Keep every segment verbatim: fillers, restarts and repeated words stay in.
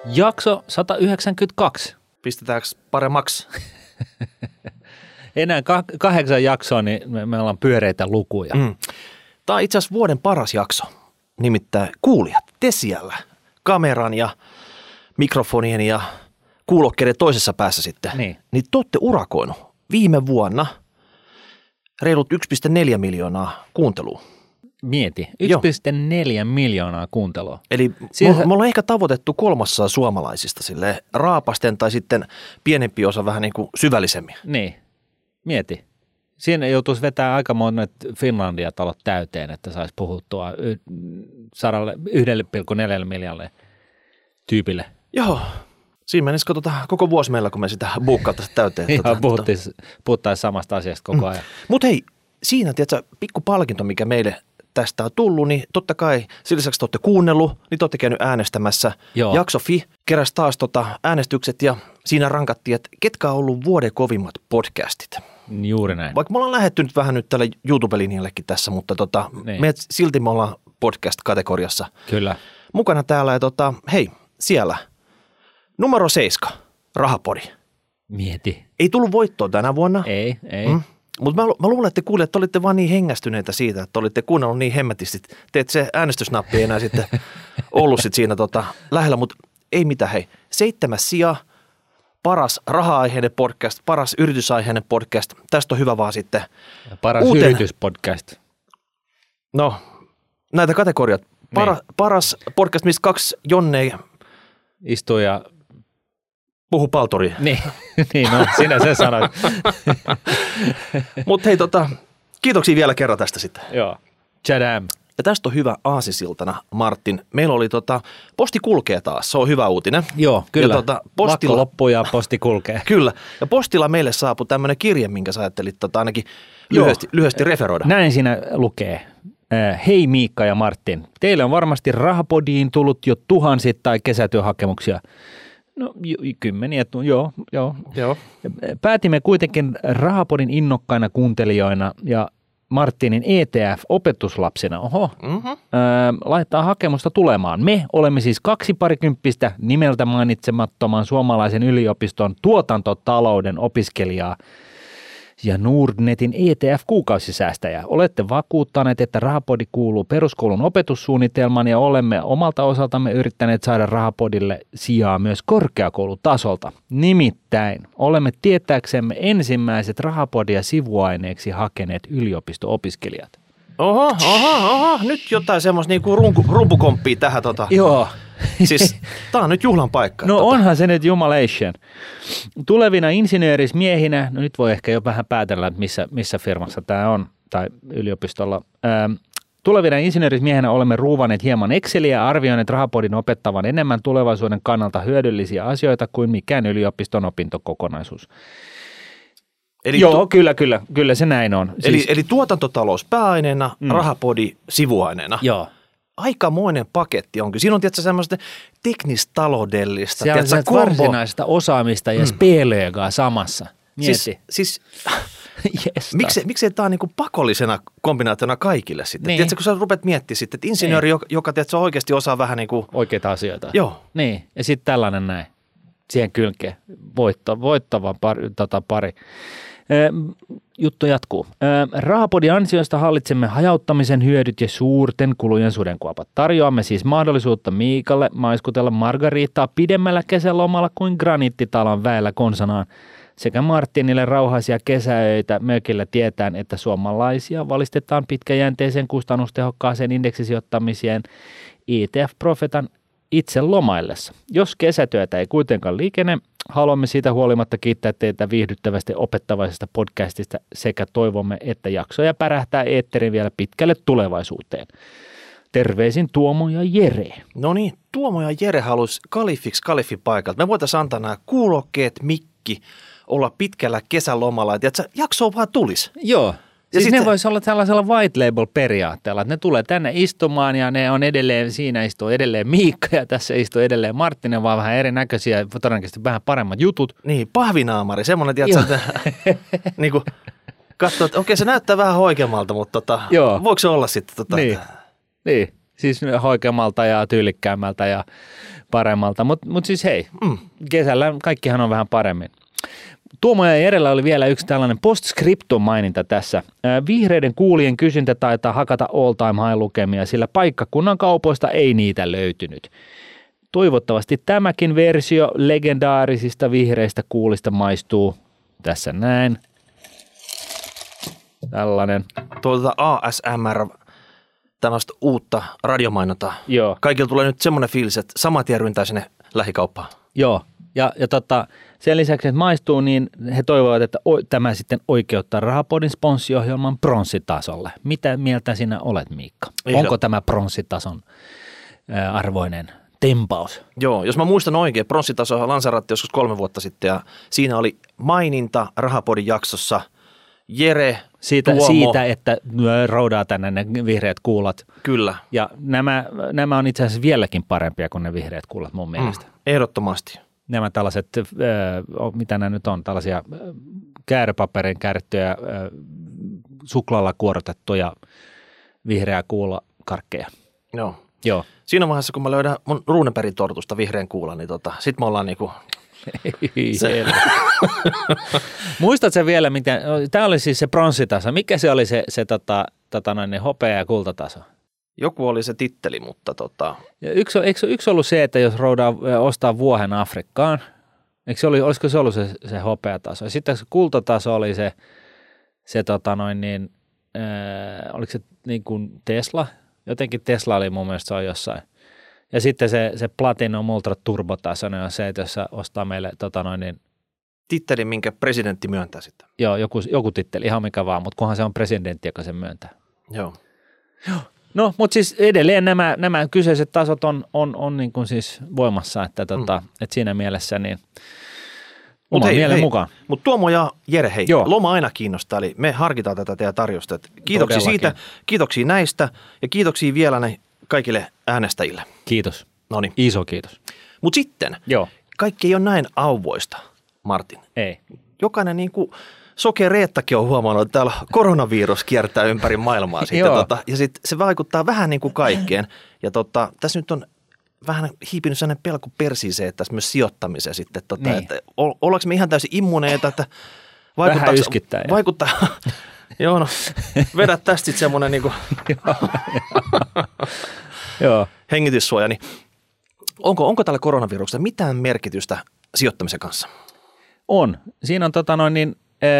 Jakso sata yhdeksänkymmentäkaksi. Pistetäänkö paremmaksi? Enää kah- kahdeksan jaksoa, niin me, me ollaan pyöreitä lukuja. Mm. Tämä on itse asiassa vuoden paras jakso. Nimittäin kuulijat, te siellä kameran ja mikrofonien ja kuulokkeiden toisessa päässä sitten. Niin. Niin te olette urakoinut viime vuonna reilut yksi pilkku neljä miljoonaa kuuntelua. Mieti, yksi pilkku neljä miljoonaa kuuntelua. Eli Siihen... me, me ollaan ehkä tavoitettu kolmasosa suomalaisista sille raapasten tai sitten pienempi osa vähän niin kuin syvällisemmin. Niin, mieti. Siinä joutuisi vetää aika monet Finlandia-talot täyteen, että saisi puhuttua yksi pilkku neljä miljoonalle tyypille. Joo. Siinä menisi katsotaan koko vuosi meillä, kun me sitä buukkailtaisiin täyteen. Ihan puhuttaisiin samasta asiasta koko ajan. Mm. Mutta hei, siinä tiedätkö, pikku palkinto, mikä meille tästä on tullut, niin totta kai sillä lisäksi te olette kuunnellut, niin te olette käynyt äänestämässä. Joo. Jakso F I keräsi taas tota äänestykset ja siinä rankattiin, että ketkä on ollut vuoden kovimmat podcastit. Juuri näin. Vaikka me ollaan lähdetty nyt vähän nyt tälle YouTube-linjallekin tässä, mutta tota, niin. me silti me ollaan podcast-kategoriassa Kyllä. mukana täällä. Ja tota, hei, siellä numero seiska, Rahapodi. Mieti. Ei tullut voittoa tänä vuonna. Ei, ei. Mm. Mutta mä, mä luulen, että te kuulijat, että olitte vaan niin hengästyneitä siitä, että olitte kuunnellut niin hemmetisti. Teet se äänestysnappi ei enää sitten ollut sit siinä tota lähellä, mutta ei mitään. Hei, seitsemäs sija, paras raha-aiheinen podcast, paras yritysaiheinen podcast. Tästä on hyvä vaan sitten. Ja paras uuteen... yrityspodcast. No, näitä kategoriat. Para, niin. Paras podcast, missä kaksi Jonnei istuu ja puhu paltoria. Niin, niin no, sinä sen sanoit. Mutta hei, tota, kiitoksia vielä kerran tästä sitten. Joo, tjadam. Ja tästä on hyvä aasinsiltana, Martin. Meillä oli tota, posti kulkee taas, se on hyvä uutinen. Joo, kyllä. Ja tota, postilla, Lakko loppuu ja posti kulkee. Kyllä, ja postilla meille saapui tämmöinen kirje, minkä sä ajattelit tota, ainakin lyhyesti, lyhyesti referoida. Näin siinä lukee. Hei Miikka ja Martin, teille on varmasti Rahapodiin tullut jo tuhansittain kesätyöhakemuksia. No kymmeniä, joo, joo. joo. Päätimme kuitenkin Rahapodin innokkaina kuuntelijoina ja Martinin E T F-opetuslapsina, oho, mm-hmm. äh, laittaa hakemusta tulemaan. Me olemme siis kaksi parikymppistä nimeltä mainitsemattoman suomalaisen yliopiston tuotantotalouden opiskelijaa ja Nordnetin E T F-kuukausisäästäjä. Olette vakuuttaneet, että Rahapodi kuuluu peruskoulun opetussuunnitelmaan ja olemme omalta osaltamme yrittäneet saada Rahapodille sijaa myös korkeakoulutasolta. Nimittäin olemme tietääksemme ensimmäiset Rahapodia sivuaineeksi hakeneet yliopisto-opiskelijat. Oho, oho, oho, nyt jotain semmoista niinku rumpu, rumpukomppia tähän tota. Joo. Siis tää on nyt juhlan paikka. No tota. onhan se nyt jumalation. Tulevina insinöörismiehinä, no nyt voi ehkä jo vähän päätellä, että missä, missä firmassa tämä on, tai yliopistolla. Ähm, tulevina insinöörismiehinä olemme ruuvanneet hieman Exceliä ja arvioineet Rahapodin opettavan enemmän tulevaisuuden kannalta hyödyllisiä asioita kuin mikään yliopiston opintokokonaisuus. Eli Joo, tu- kyllä, kyllä, kyllä se näin on. Eli, siis... eli tuotantotalous pääaineena, mm. Rahapodi sivuaineena. Joo. Aikamoinen paketti onkin. Siinä on tietysti semmoista teknistaloudellista. Se on tiedätkö, kombo... varsinaista osaamista ja mm. speleegaa samassa. Mieti. Siis, siis yes, miksei, miksei tämä on niinku pakollisena kombinaationa kaikille sitten? Niin. Tiedätkö, kun sä rupeat miettimään sitten, että insinööri, niin. joka, joka tiedätkö, oikeasti osaa vähän niin kuin... Oikeita asioita. Joo. Niin, ja sitten tällainen näin. Siihen kylkeen. Voitto, voittava pari. Tota pari. Juttu jatkuu. Rahapodin ansiosta hallitsemme hajauttamisen hyödyt ja suurten kulujen sudenkuopat. Tarjoamme siis mahdollisuutta Miikalle maiskutella margariittaa pidemmällä kesälomalla kuin graniittitalon väellä konsanaan sekä Martinille rauhaisia kesäöitä mökillä tietään, että suomalaisia valistetaan pitkäjänteisen kustannustehokkaaseen indeksisijoittamiseen E T F-profetan itse lomaillessa. Jos kesätyötä ei kuitenkaan liikene, haluamme siitä huolimatta kiittää teitä viihdyttävästi opettavaisesta podcastista sekä toivomme, että jaksoja pärähtää eetterin vielä pitkälle tulevaisuuteen. Terveisin Tuomo ja Jere. No niin, Tuomo ja Jere halusi kalifiksi kalifin paikalta. Me voitaisiin antaa nämä kuulokkeet, mikki, olla pitkällä kesälomalla, että jakso vaan tulisi. Joo. Ja siis sitten, ne voisi olla tällaisella white label periaatteella, että ne tulee tänne istumaan ja ne on edelleen, siinä istuu edelleen Miikka ja tässä istuu edelleen Marttinen, vaan vähän erinäköisiä ja todennäköisesti vähän paremmat jutut. Niin, pahvinaamari, semmoinen, tiedätkö, että niin kuin katsoo, että okei se näyttää vähän hoikeamalta, mutta tota, voiko se olla sitten? Tota, niin, että... niin. Siis hoikeamalta ja tyylikkäämmältä ja paremmalta, mutta mut siis hei, mm. kesällä kaikkihan on vähän paremmin. Tuomo ja Jerellä oli vielä yksi tällainen postscriptum maininta tässä. Vihreiden kuulien kysyntä taitaa hakata all time high lukemia, sillä paikkakunnan kaupoista ei niitä löytynyt. Toivottavasti tämäkin versio legendaarisista vihreistä kuulista maistuu tässä näin. Tällainen. Tuota A S M R, tällaista uutta radiomainontaa. Joo. Kaikilla tulee nyt semmoinen fiilis, että sama tie ryntää sinne lähikauppaan. Joo, ja, ja tota, sen lisäksi, että maistuu, niin he toivovat, että o, tämä sitten oikeuttaa Rahapodin sponssiohjelman pronssitasolle. Mitä mieltä sinä olet, Miikka? Ehdot. Onko tämä pronssitason ä, arvoinen tempaus? Joo, jos mä muistan oikein, pronssitaso lanseerattiin joskus kolme vuotta sitten ja siinä oli maininta Rahapodin jaksossa Jere, Siitä, Tuomo. siitä, että roudaa tänne ne vihreät kuulat. Kyllä. Ja nämä, nämä on itse asiassa vieläkin parempia kuin ne vihreät kuulat mun mielestä. Mm, ehdottomasti. Nämä tällaiset, äh, mitä nämä nyt on, tällaisia äh, käärepaperin käärittyjä, äh, suklaalla kuorotettuja vihreää kuulakarkkeja. Joo. Joo. Siinä vaiheessa, kun mä löydän mun Runebergin tortusta vihreän kuulan, niin tota, sit me ollaan niinku... Se. Muistatko vielä, miten, tämä oli siis se pronssitaso, mikä se oli se, se tota, tota noin, hopea- ja kultataso? Joku oli se titteli, mutta tota... Ja yksi, eikö yksi ollut se, että jos roudaa ostaa vuohen Afrikkaan, eikö se oli, olisiko se ollut se, se hopeataso? Ja sitten se kultataso oli se, se tota noin niin, ää, oliko se niin kuin Tesla? Jotenkin Tesla oli mun mielestä se on jossain. Ja sitten se, se Platinum Ultra Turbotasoinen on se, että jos sä ostaa meille tota noin niin, titteli, minkä presidentti myöntää sitten. Joo, joku, joku titteli, ihan mikä vaan, mutta kunhan se on presidentti, joka sen myöntää. Joo. Joo. No, mutta siis edelleen nämä, nämä kyseiset tasot on, on, on niin kuin siis voimassa, että, tota, mm. että siinä mielessä niin oma mielen mukaan. Mutta Tuomo ja Jere, hei, Joo. loma aina kiinnostaa, eli me harkitaan tätä teidän tarjosta. Kiitoksia Todellakin. Siitä, kiitoksia näistä ja kiitoksia vielä ne kaikille äänestäjille. Kiitos. Noniin. Iso kiitos. Mutta sitten, Joo. kaikki ei ole näin auvoista, Martin. Ei. Jokainen niin kuin Soke Reettakin on huomannut, että täällä koronavirus kiertää ympäri maailmaa. Sitten, tota, ja sitten se vaikuttaa vähän niin kuin kaikkeen. Ja tota, tässä nyt on vähän hiipinyt sellainen pelko persiiseen, että tässä myös sijoittamiseen sitten. Tota, niin. Että ollaanko me ihan täysin immuneita, että vähän yskittää. Vaikuttaa. Joo, no vedä tästä sitten semmoinen niin kuin Joo. hengityssuoja. Niin onko, onko tällä koronaviruksella mitään merkitystä sijoittamisen kanssa? On. Siinä on tota noin niin,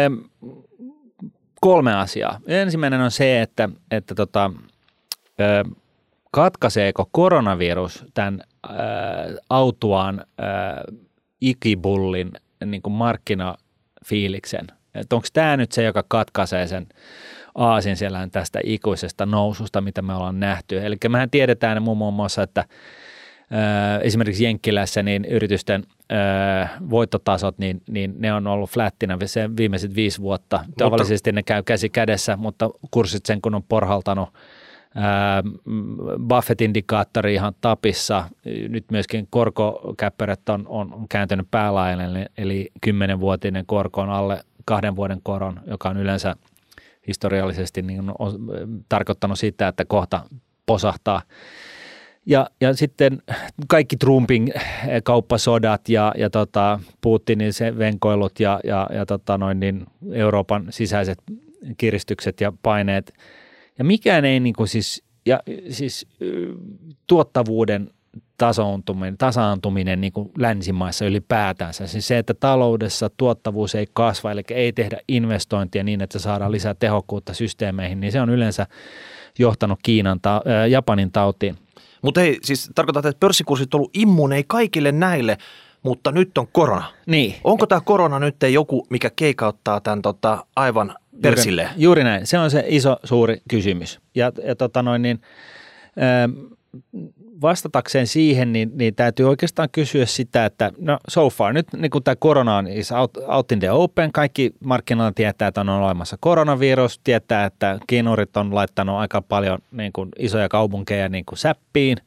kolme asiaa. Ensimmäinen on se, että, että tota, katkaiseeko koronavirus tämän ää, autuaan ää, ikibullin niin kuin markkinafiiliksen. Että onko tämä nyt se, joka katkaisee sen aasinselän tästä ikuisesta noususta, mitä me ollaan nähty. Eli mehän tiedetään muun muassa, että ää, esimerkiksi Jenkkilässä niin yritysten ää, voittotasot, niin, niin ne on ollut flättinä se viimeiset viisi vuotta. Mutta tavallisesti ne käy käsi kädessä, mutta kurssit sen kun on porhaltanut. Buffett-indikaattori ihan tapissa. Nyt myöskin korkokäppärät on, on kääntynyt päälaille, eli kymmenenvuotinen korko on alle kahden vuoden koron, joka on yleensä historiallisesti niin on tarkoittanut sitä, että kohta posahtaa. Ja, ja sitten kaikki Trumpin kauppasodat ja, ja tota Putinin se venkoilut ja, ja, ja tota noin niin Euroopan sisäiset kiristykset ja paineet. Ja mikään ei niin kuin siis, ja siis tuottavuuden tasaantuminen, tasaantuminen niin kuin länsimaissa ylipäätänsä. Siis se, että taloudessa tuottavuus ei kasva, eli ei tehdä investointia niin, että saadaan lisää tehokkuutta systeemeihin, niin se on yleensä johtanut Kiinan, ta- äh, Japanin tautiin. Mutta hei, siis tarkoittaa, että pörssikurssit on ollut immuunei kaikille näille, mutta nyt on korona. Niin. Onko tämä korona nyt joku, mikä keikauttaa tämän tota, aivan persille? Juuri, juuri näin. Se on se iso, suuri kysymys. Ja, ja tota noin niin, vastatakseen siihen, niin, niin täytyy oikeastaan kysyä sitä, että no so far, nyt niin kun tämä korona on is out, out in the open, kaikki markkinoilla tietää, että on olemassa koronavirus, tietää, että kiinurit on laittanut aika paljon niin kuin isoja kaupunkeja niin kuin säppiin.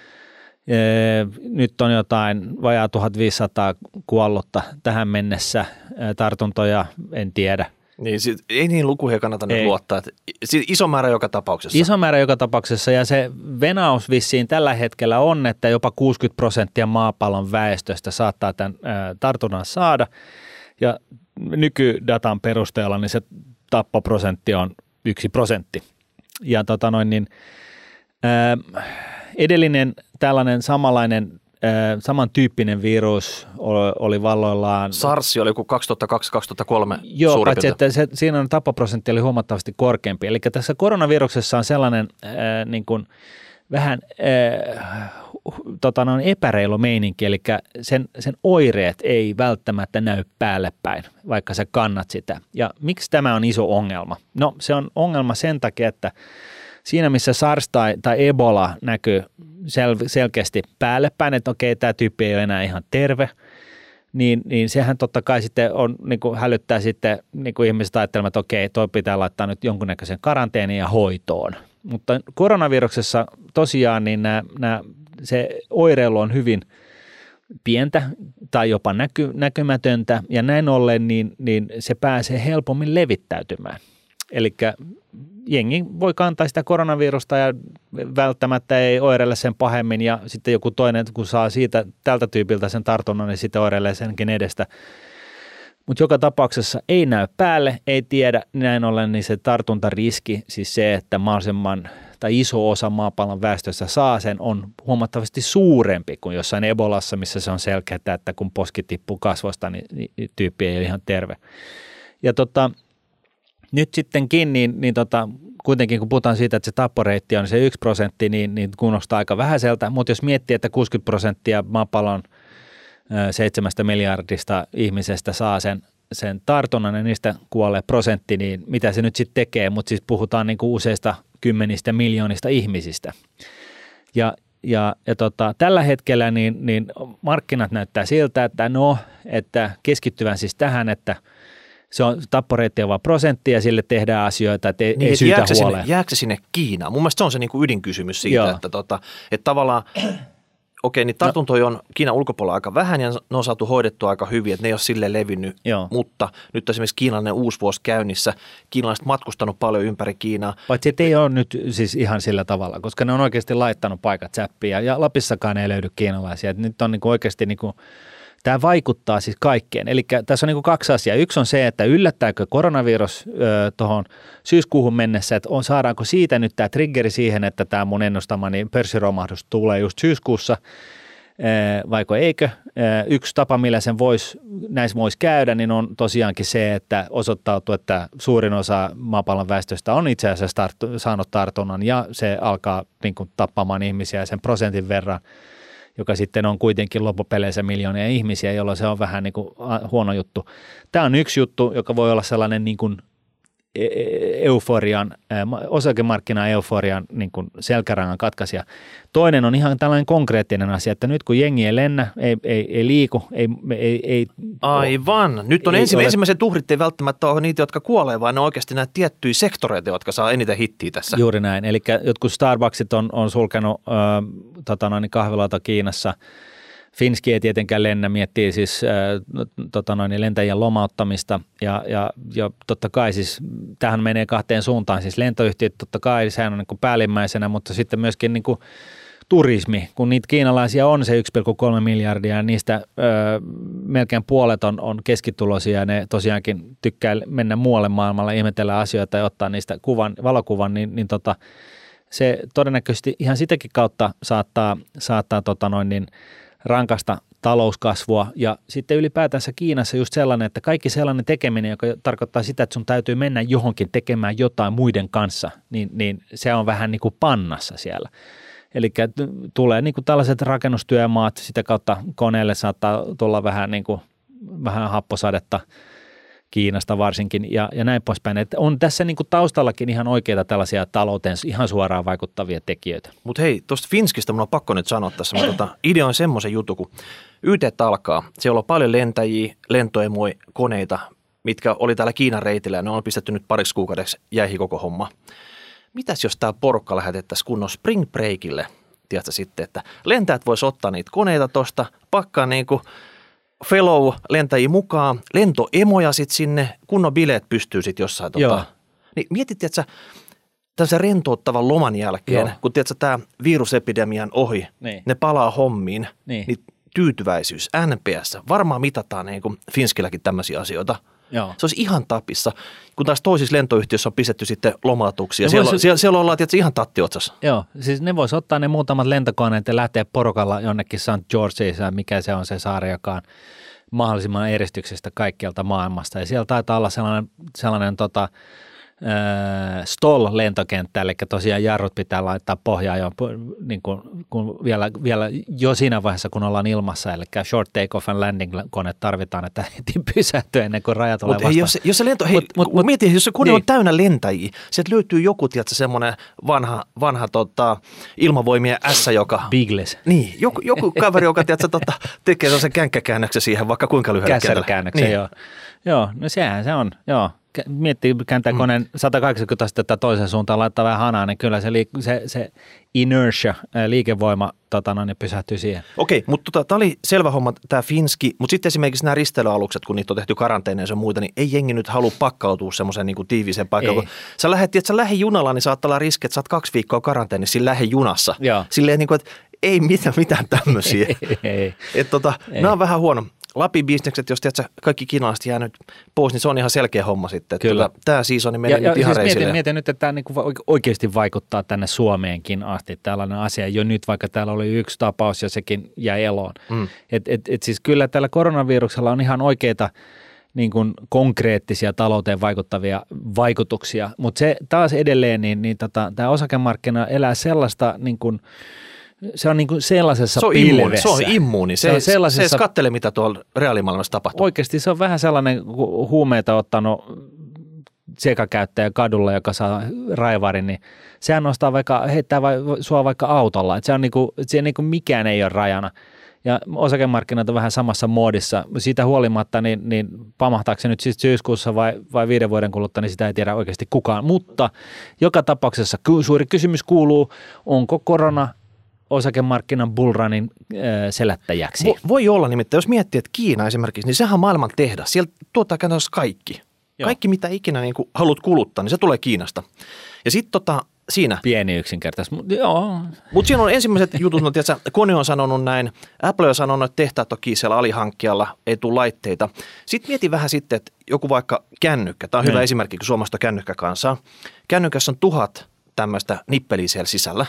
Nyt on jotain vajaa tuhatviisisataa kuollutta tähän mennessä, tartuntoja en tiedä. Niin, sit, ei niin lukuihin kannata nyt luottaa. Että, iso määrä joka tapauksessa. Iso määrä joka tapauksessa ja se venaus vissiin tällä hetkellä on, että jopa kuusikymmentä prosenttia maapallon väestöstä saattaa tämän ä, tartunnan saada. Ja nykydatan perusteella niin se tappoprosentti on yksi prosentti. Ja tota noin, niin, ä, edellinen tällainen samanlainen samantyyppinen virus oli valloillaan. SARS oli joku kaksituhattakaksi kaksituhattakolme Joo, suurin paitsi että se, siinä on tappoprosentti oli huomattavasti korkeampi. Eli tässä koronaviruksessa on sellainen äh, niin kuin vähän äh, tota, no, epäreilu meininki, eli sen, sen oireet ei välttämättä näy päälle päin, vaikka sä kannat sitä. Ja miksi tämä on iso ongelma? No se on ongelma sen takia, että siinä, missä SARS tai, tai Ebola näkyy sel, selkeästi päälle päin, että okei, tämä tyyppi ei ole enää ihan terve, niin, niin sehän totta kai sitten on, niin kuin hälyttää sitten niin kuin ihmiset ajattelemaan, että okei, toi pitää laittaa nyt jonkunnäköisen karanteeniin ja hoitoon. Mutta koronaviruksessa tosiaan niin nämä, nämä, se oireilu on hyvin pientä tai jopa näky, näkymätöntä ja näin ollen niin, niin se pääsee helpommin levittäytymään. Eli jengi voi kantaa sitä koronavirusta ja välttämättä ei oireile sen pahemmin ja sitten joku toinen, kun saa siitä tältä tyypiltä sen tartunnan, niin sitten oireilee senkin edestä. Mutta joka tapauksessa ei näy päälle, ei tiedä, näin ollen niin se tartuntariski, siis se, että mahdollisimman tai iso osa maapallon väestössä saa sen, on huomattavasti suurempi kuin jossain Ebolassa, missä se on selkeää, että kun poski tippuu kasvoista, niin, niin tyyppi ei ole ihan terve. Ja tota, nyt sittenkin, niin, niin tota, kuitenkin kun puhutaan siitä, että se tapporeitti on se yksi prosentti, niin, niin kuulostaa aika vähäiseltä, mutta jos miettii, että kuusikymmentä prosenttia maapallon seitsemästä miljardista ihmisestä saa sen, sen tartunnan ja niistä kuolee prosentti, niin mitä se nyt sitten tekee, mutta siis puhutaan niin kuin useista kymmenistä miljoonista ihmisistä. Ja, ja, ja tota, tällä hetkellä niin, niin markkinat näyttää siltä, että no, että keskittyvän siis tähän, että se on tapporeitti on vaan prosentti ja sille tehdään asioita, että ei, niin, ei syytä jääkö huoleen. Sinne, jääkö se sinne Kiinaan? Mun mielestä se on se niin kuin ydinkysymys siitä, että, tota, että tavallaan okei, niin tartuntoja on Kiinan ulkopuolella aika vähän ja ne on saatu hoidettua aika hyvin, että ne ei ole silleen levinnyt, Joo. mutta nyt esimerkiksi kiinalainen uusi vuosi käynnissä, kiinalaiset matkustanut paljon ympäri Kiinaa. Paitsi että ei ole nyt siis ihan sillä tavalla, koska ne on oikeasti laittanut paikat säppiä ja Lapissakaan ei löydy kiinalaisia, että nyt on niin kuin oikeasti niin kuin tämä vaikuttaa siis kaikkeen. Eli tässä on niin kuin kaksi asiaa. Yksi on se, että yllättääkö koronavirus tuohon syyskuuhun mennessä, että on, saadaanko siitä nyt tämä triggeri siihen, että tämä mun ennustamani pörssiromahdus tulee just syyskuussa, vaiko eikö. Yksi tapa, millä sen vois, näissä voisi käydä, niin on tosiaankin se, että osoittautuu, että suurin osa maapallon väestöstä on itse asiassa tarttu, saanut tartunnan ja se alkaa niin kuin tappamaan ihmisiä sen prosentin verran, joka sitten on kuitenkin loppupeleissä miljoonia ihmisiä, jolloin se on vähän niin kuin huono juttu. Tämä on yksi juttu, joka voi olla sellainen niin kuin euforian, osakemarkkina-euforian niin kuin selkärangan katkaisija. Toinen on ihan tällainen konkreettinen asia, että nyt kun jengi ei lennä, ei, ei, ei liiku, ei, ei, ei Aivan. Nyt on ensimmä, ole... ensimmäiset uhrit ei välttämättä ole niitä, jotka kuolee, vaan ne on oikeasti näitä tiettyjä sektoreita, jotka saa eniten hittiä tässä. Juuri näin. Eli jotkut Starbucksit on, on sulkenut äh, tota noin, kahviloita Kiinassa. Finski ei tietenkään lennä, miettii siis äh, tota noin, lentäjien lomauttamista ja, ja, ja totta kai siis tähän menee kahteen suuntaan, siis lentoyhtiöt totta kai sehän on niin kuin päällimmäisenä, mutta sitten myöskin niin kuin turismi, kun niitä kiinalaisia on se yksi pilkku kolme miljardia ja niistä ö, melkein puolet on, on keskituloisia ja ne tosiaankin tykkää mennä muualle maailmalla, ihmetellä asioita ja ottaa niistä kuvan, valokuvan, niin, niin tota, se todennäköisesti ihan sitäkin kautta saattaa, saattaa tota noin niin rankasta talouskasvua ja sitten ylipäätänsä Kiinassa just sellainen, että kaikki sellainen tekeminen, joka tarkoittaa sitä, että sun täytyy mennä johonkin tekemään jotain muiden kanssa, niin, niin se on vähän niin kuin pannassa siellä. Eli tulee niin kuin tällaiset rakennustyömaat, sitä kautta koneelle saattaa tulla vähän, niin kuin, vähän happosadetta Kiinasta varsinkin ja, ja näin poispäin. Että on tässä niin kuin taustallakin ihan oikeita tällaisia talouteen ihan suoraan vaikuttavia tekijöitä. Mutta hei, tuosta Finskistä mun on pakko nyt sanoa tässä. Mä tota, idea on semmoisen jutun, kun Y T alkaa. Siellä on paljon lentäjiä, lentoemoja, koneita, mitkä oli täällä Kiinan reitillä ja ne on pistetty nyt pariksi kuukaudeksi jäihin koko homma. Mitäs jos tämä porukka lähetettäisiin kunnon spring breakille, tiedätkö sitten, että lentäjät vois ottaa niitä koneita tuosta, pakkaa niinku fellow-lentäjiä mukaan, lentoemoja sitten sinne, kunnon bileet pystyy sitten jossain. Tota. Niin mietit, että sä tämmöisen rentouttavan loman jälkeen, Joo. kun tiedätkö, tämä virusepidemian ohi, niin. ne palaa hommiin, niin, niin tyytyväisyys, N P S, varmaan mitataan niin kuin Finskilläkin tämmöisiä asioita. Joo. Se olisi ihan tapissa, kun taas toisissa lentoyhtiöissä on pistetty sitten lomautuksia. Siellä, vois... siellä, siellä ollaan tietysti ihan tattiotsassa. Joo, siis ne vois ottaa ne muutamat lentokoneet ja lähteä porukalla jonnekin Saint Georgeissa, mikä se on se saari, joka on mahdollisimman eristyksestä kaikkialta maailmasta. Ja siellä taitaa olla sellainen, sellainen tota, äh, stall-lentokenttä, eli tosiaan jarrut pitää laittaa pohjaan jo, niin kuin, kun vielä, vielä jo siinä vaiheessa, kun ollaan ilmassa, eli short take-off and landing-kone tarvitaan, että heti pysähtyy ennen kuin raja tulee vastaan. Jos, jos se lento, hei, mut, mut, mut, mieti, jos se kone niin. on täynnä lentäjiä, sieltä löytyy joku, tiedätkö, semmoinen vanha, vanha tota, ilmavoimien ässä, joka... Bigles. Niin, joku, joku kaveri, joka tiedätkö, tota, tekee sellaisen känkkäkäännöksen siihen, vaikka kuinka lyhyellä kerralla. Kässärilkäännöksen, niin. joo. Joo, no sehän se on, joo. Miettii, kääntää koneen sata kahdeksankymmentä astetta toiseen suuntaan, laittaa vähän hanaa, niin kyllä se, liik- se, se inertia, liikevoima tota, no, niin pysähtyy siihen. Okei, mutta tota, tämä oli selvä homma, tämä Finski, mutta sitten esimerkiksi nämä risteilyalukset, kun niitä on tehty karanteeneja ja muuta, niin ei jengi nyt halua pakkautua semmoiseen niin kuin tiiviiseen paikkaan. Kun sä lähdet, että sä lähijunalla, niin saattaa olla riski, että sä oot kaksi viikkoa karanteenissa siinä lähijunassa. Joo. Silleen niin kuin, että ei mitään, mitään tämmöisiä. ei. Että tota, nämä on vähän huono. Lapin bisnekset, jos tiedät, kaikki kiinalaiset jäänyt pois, niin se on ihan selkeä homma sitten. Kyllä. Tuota, tämä seasoni menee ja, nyt ja ihan siis reisille. Mietin, mietin nyt, että tämä niinku oikeasti vaikuttaa tänne Suomeenkin asti tällainen asia jo nyt, vaikka täällä oli yksi tapaus ja sekin jäi eloon. Mm. Et, et, et siis kyllä tällä koronaviruksella on ihan oikeita niin kuin konkreettisia talouteen vaikuttavia vaikutuksia, mutta se taas edelleen, niin, niin tota, tämä osakemarkkina elää sellaista niin kuin se on niin kuin sellaisessa se on pilvessä. Immuuni, se on immuuni. Se, se, on se ei kattele, mitä tuolla reaalimaailmassa tapahtuu. Oikeasti se on vähän sellainen huumeita ottanut sekakäyttäjä kadulla, joka saa raivarin, niin sehän nostaa vaikka, heittää vai, sua vaikka autolla. Et se on niin kuin, se niin kuin mikään ei ole rajana. Ja osakemarkkinat on vähän samassa muodissa. Siitä huolimatta, niin, niin pamahtaako se nyt siis syyskuussa vai, vai viiden vuoden kuluttua, niin sitä ei tiedä oikeasti kukaan. Mutta joka tapauksessa suuri kysymys kuuluu, onko korona osakemarkkinan bullrunin äh, selättäjäksi. Vo, voi olla nimittäin, jos miettii, että Kiina esimerkiksi, niin sehän on maailman tehdas. Siellä tuottaa käytännössä kaikki. Joo. Kaikki, mitä ikinä niin kuin haluat kuluttaa, niin se tulee Kiinasta. Ja sitten tota, siinä. Pieni yksinkertaisesti, mutta joo. Mutta siinä on ensimmäiset jutut, no tiedätkö, Kone on sanonut näin, Apple on sanonut, että tehtaat on kiisellä alihankkijalla, ei tule laitteita. Sitten mieti vähän sitten, että joku vaikka kännykkä, tämä on hyvä mm. esimerkki, kun Suomesta on kännykkäkansaa. Kännykässä on tuhat tämmöistä nippeliä siellä sisällä.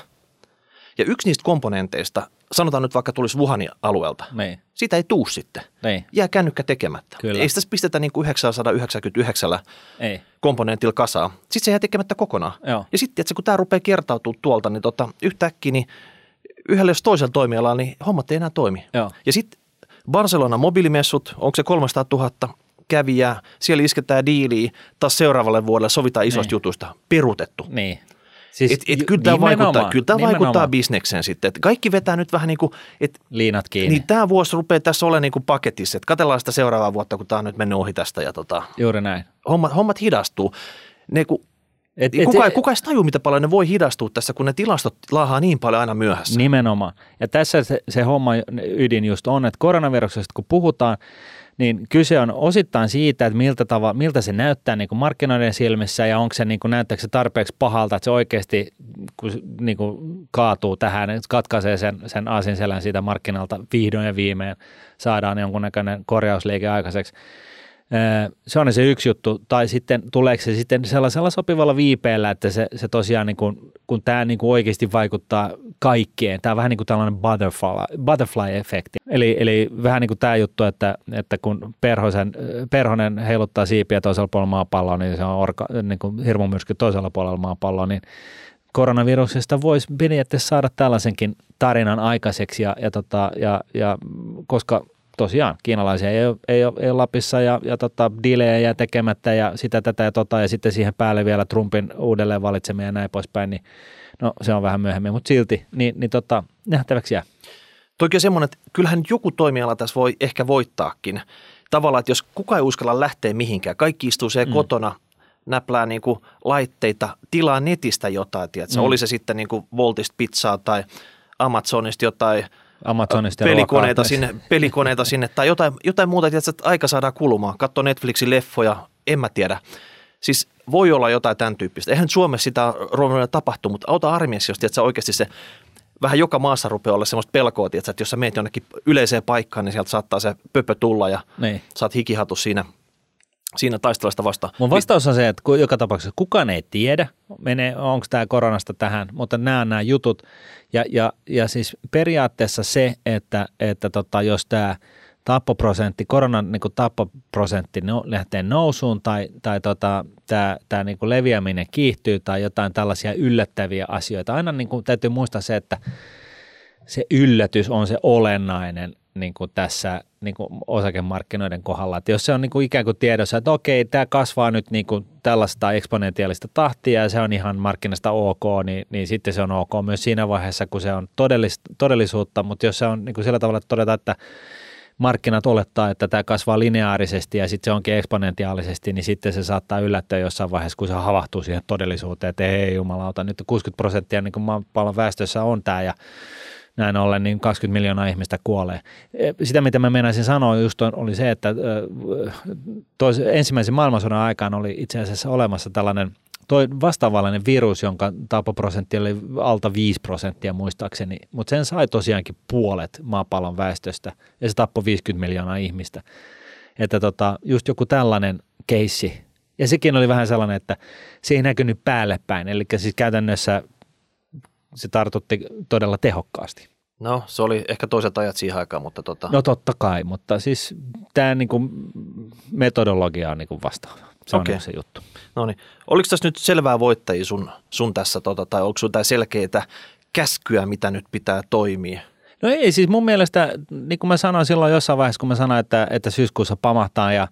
Ja yksi niistä komponenteista, sanotaan nyt vaikka tulisi Wuhanin alueelta, niin. Sitä ei tuu sitten. Niin. Jää kännykkä tekemättä. Kyllä. Ei sitä pistetä niin kuin yhdeksänsataayhdeksänkymmentäyhdeksän ei. Komponentilla kasaan. Sitten se jää tekemättä kokonaan. Joo. Ja sitten, että kun tämä rupeaa kertautumaan tuolta, niin tota, yhtäkkiä niin yhdellä jos toisella toimialalla, niin hommat ei enää toimi. Joo. Ja sitten Barcelona mobiilimessut, onko se kolmesataatuhatta kävijää, siellä isketään diiliä, taas seuraavalle vuodelle sovitaan isosta niin. jutusta, peruutettu. Niin. Siis et, et, kyllä tämä vaikuttaa, kyllä tämä vaikuttaa bisnekseen sitten. Et kaikki vetää nyt vähän niin kuin, että liinat kiinni. Niin tämä vuosi rupeaa tässä olemaan niin kuin paketissa, että katsellaan sitä seuraavaa vuotta, kun tämä on nyt mennyt ohi tästä. Ja tota, juuri näin. Hommat, hommat hidastuu. Ne, kun, et, et, kuka, et, kuka ei tajua, mitä paljon ne voi hidastua tässä, kun ne tilastot laahaa niin paljon aina myöhässä. Nimenomaan. Ja tässä se, se homma ydin just on, että koronaviruksesta kun puhutaan, niin kyse on osittain siitä, että miltä, tava, miltä se näyttää niin kuin markkinoiden silmissä ja onko se, niin kuin, näyttääkö se tarpeeksi pahalta, että se oikeasti kun, niin kuin, kaatuu tähän, katkaisee sen, sen aasinselän siitä markkinalta vihdoin ja viimein, saadaan jonkunnäköinen korjausliike aikaiseksi. Se on se yksi juttu, tai sitten tuleeko se sitten sellaisella sopivalla viipeellä, että se, se tosiaan, niin kuin, kun tämä niin kuin oikeasti vaikuttaa kaikkeen, tämä on vähän niin kuin tällainen butterfly, butterfly-efekti. Eli, eli vähän niin kuin tämä juttu, että, että kun perhosen, perhonen heiluttaa siipiä toisella puolella maapalloa, niin se on orka, niin kuin hirmumyrsky toisella puolella maapalloa, niin koronaviruksesta voisi periaatteessa saada tällaisenkin tarinan aikaiseksi, ja, ja, tota, ja, ja koska tosiaan kiinalaisia ei ole, ei ole, ei ole Lapissa ja, ja tota, diilejä jää tekemättä ja sitä tätä ja tota ja sitten siihen päälle vielä Trumpin uudelleen valitsemia ja näin poispäin, niin no se on vähän myöhemmin, mutta silti, niin, niin tota, nähtäväksi jää. Toki on semmoinen, että kyllähän joku toimiala tässä voi ehkä voittaakin. Tavallaan, että jos kukaan ei uskalla lähteä mihinkään, kaikki istuu siellä mm. kotona, näplää niin kuin laitteita, tilaa netistä jotain, tiedätkö? Mm. Oli se sitten niin kuin Voltista pizzaa tai Amazonista jotain Amazonista pelikoneita sinne, pelikoneita sinne tai jotain, jotain muuta, että aika saadaan kulumaan. Katso Netflixin leffoja, en mä tiedä. Siis voi olla jotain tämän tyyppistä. Eihän Suomessa sitä ruvennut tapahtuu, mutta auta armiassa, jos tiedät, oikeasti se vähän joka maassa rupeaa olla semmoista pelkoa, tiedät, että jos sä meet jonnekin yleiseen paikkaan, niin sieltä saattaa se pöpö tulla ja niin. Saat hikihatus siinä, siinä taistelasta vastaan. Mun vastaus on se, että joka tapauksessa kukaan ei tiedä, onko tämä koronasta tähän, mutta nämä on nämä jutut. Ja, ja, ja siis periaatteessa se, että, että tota, jos tämä tappoprosentti, koronan niin kuin tappoprosentti no, lähtee nousuun tai, tai tota, tämä, tämä niin kuin leviäminen kiihtyy tai jotain tällaisia yllättäviä asioita. Aina niin kuin, täytyy muistaa se, että se yllätys on se olennainen niin kuin tässä niin kuin osakemarkkinoiden kohdalla. Että jos se on niin kuin ikään kuin tiedossa, että okei, tämä kasvaa nyt niin kuin tällaista eksponentiaalista tahtia ja se on ihan markkinasta ok, niin, niin sitten se on ok myös siinä vaiheessa, kun se on todellis, todellisuutta. Mutta jos se on niin kuin sillä tavalla, että todetaan, että markkinat olettaa, että tämä kasvaa lineaarisesti ja sitten se onkin eksponentiaalisesti, niin sitten se saattaa yllättää jossain vaiheessa, kun se havahtuu siihen todellisuuteen, että ei jumalauta, nyt kuusikymmentä prosenttia niin kuin maapallon väestössä on tämä ja näin ollen niin kaksikymmentä miljoonaa ihmistä kuolee. Sitä, mitä mä meinaisin sanoa just on, oli se, että tois, ensimmäisen maailmansodan aikaan oli itse asiassa olemassa tällainen toi vastaavallainen virus, jonka tappoprosentti oli alta viisi prosenttia muistaakseni, mutta sen sai tosiaankin puolet maapallon väestöstä ja se tappoi viisikymmentä miljoonaa ihmistä. Että tota, just joku tällainen keissi. Ja sekin oli vähän sellainen, että se ei näkynyt päälle päin, eli siis käytännössä se tartutti todella tehokkaasti. No, se oli ehkä toiset ajat siihen aikaan, mutta tota... No totta kai, mutta siis tämä niinku metodologia on niinku vastaava. Se okay. on se juttu. No niin. Oliko tässä nyt selvää voittajia sun, sun tässä, tota, tai onko sun selkeitä käskyä, mitä nyt pitää toimia? No ei, siis mun mielestä, niin kuin mä sanoin silloin jossain vaiheessa, kun mä sanoin, että, että syyskuussa pamahtaa ja,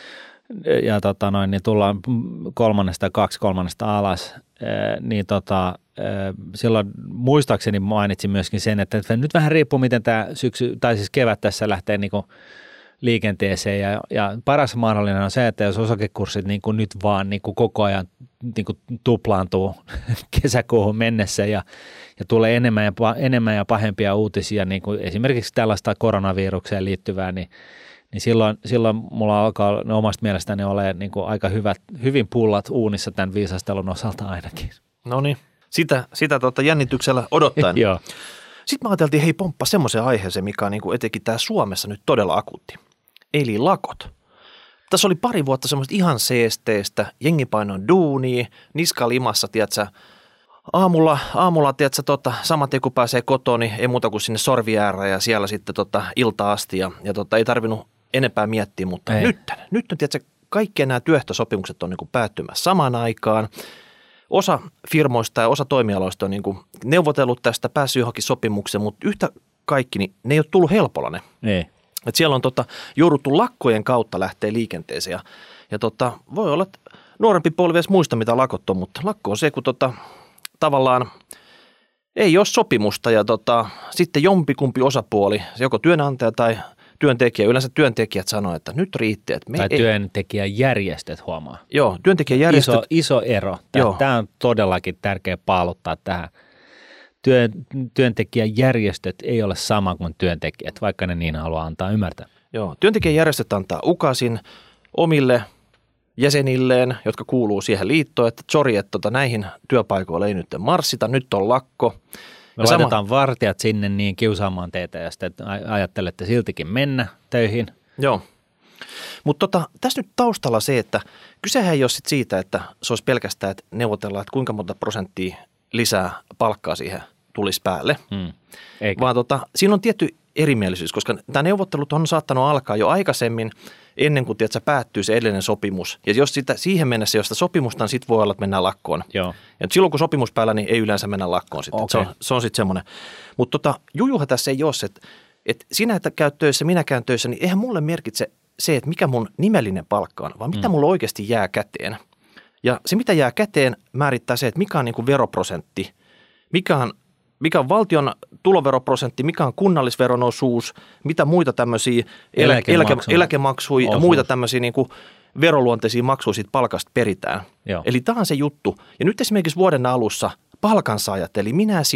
ja tota noin, niin tullaan kolmannesta kaksi kolmannesta alas, niin tota, silloin muistaakseni mainitsin myöskin sen, että nyt vähän riippuu, miten tämä syksy, tai siis kevät tässä lähtee niin kuin liikenteeseen ja, ja paras mahdollinen on se, että jos osakekurssit niin kuin nyt vaan niin kuin koko ajan niin kuin tuplaantuu kesäkuuhun mennessä ja, ja tulee enemmän ja, enemmän ja pahempia uutisia, niin kuin esimerkiksi tällaista koronavirukseen liittyvää, niin, niin silloin, silloin mulla alkaa ne omasta mielestäni ole niin kuin aika hyvät, hyvin pullat uunissa tämän viisastelun osalta ainakin. No niin, sitä, sitä tuota jännityksellä odottaen. Joo. Sitten me ajateltiin, hei pomppa semmoisen aiheeseen, mikä on niin kuin etenkin tää Suomessa nyt todella akuutti. Eli lakot. Tässä oli pari vuotta semmoista ihan seesteistä, jengi painoi duunia, niska limassa, tiedätkö, aamulla, aamulla tiedätkö, tota, saman tien kun pääsee kotoon, niin ei muuta kuin sinne sorvi ääreen ja siellä sitten tota, ilta asti ja, ja tota, ei tarvinnut enempää miettiä, mutta ei. nyt, nyt tiedätkö, kaikki nämä työehtosopimukset on niin kuin päättymässä samaan aikaan. Osa firmoista ja osa toimialoista on niin kuin neuvotellut tästä, päässyt johonkin sopimukseen, mutta yhtä kaikki, niin ne ei ole tullut helpolla ne. Ei. Et siellä on tota, jouduttu lakkojen kautta lähteä liikenteeseen ja, ja tota, voi olla, että nuorempi polvi edes muista, mitä lakot on, mutta lakko on se, kun tota, tavallaan ei ole sopimusta ja tota, sitten jompikumpi osapuoli, joko työnantaja tai työntekijä, yleensä työntekijät sanoo, että nyt riitti. Että me tai ei. työntekijäjärjestöt huomaa. Joo, työntekijäjärjestöt. Iso, iso ero. Tämä, tämä on todellakin tärkeä paaluttaa tähän. Työn, työntekijäjärjestöt ei ole sama kuin työntekijät, vaikka ne niin haluaa antaa ymmärtää. Joo, työntekijäjärjestöt antaa ukasin omille jäsenilleen, jotka kuuluu siihen liittoon, että sori, että tota, näihin työpaikoille ei nyt marssita, nyt on lakko. Me ja laitetaan sama... vartijat sinne niin kiusaamaan teitä ja sitten ajattelette siltikin mennä töihin. Joo, mutta tota, tässä nyt taustalla se, että kysehän ei ole sit siitä, että se olisi pelkästään, että neuvotellaan, että kuinka monta prosenttia lisää palkkaa siihen tulisi päälle, hmm. vaan tota, siinä on tietty erimielisyys, koska tämä neuvottelut on saattanut alkaa jo aikaisemmin ennen kuin tiedätkö, päättyy se edellinen sopimus. Ja jos sitä, siihen mennessä, jos sitä sopimusta on, sitten voi olla, että mennään lakkoon. Joo. Ja silloin kun sopimus päällä, niin ei yleensä mennä lakkoon sitten. Okay. Se on, se on sitten semmoinen. Mutta tota, jujuha tässä ei ole se, että, että sinä, että käyt töissä, minä käyn töissä, niin eihän mulle merkitse se, että mikä mun nimellinen palkka on, vaan mitä hmm. mulla oikeasti jää käteen. Ja se, mitä jää käteen, määrittää se, että mikä on niin kuin veroprosentti, mikä on, mikä on valtion tuloveroprosentti, mikä on kunnallisveron osuus, mitä muita tämmöisiä eläkemaksuja, eläkemaksuja ja muita tämmöisiä niin kuin veroluonteisia maksuja siitä palkasta peritään. Joo. Eli tämä on se juttu. Ja nyt esimerkiksi vuoden alussa palkansaajat, eli minä ja sinä,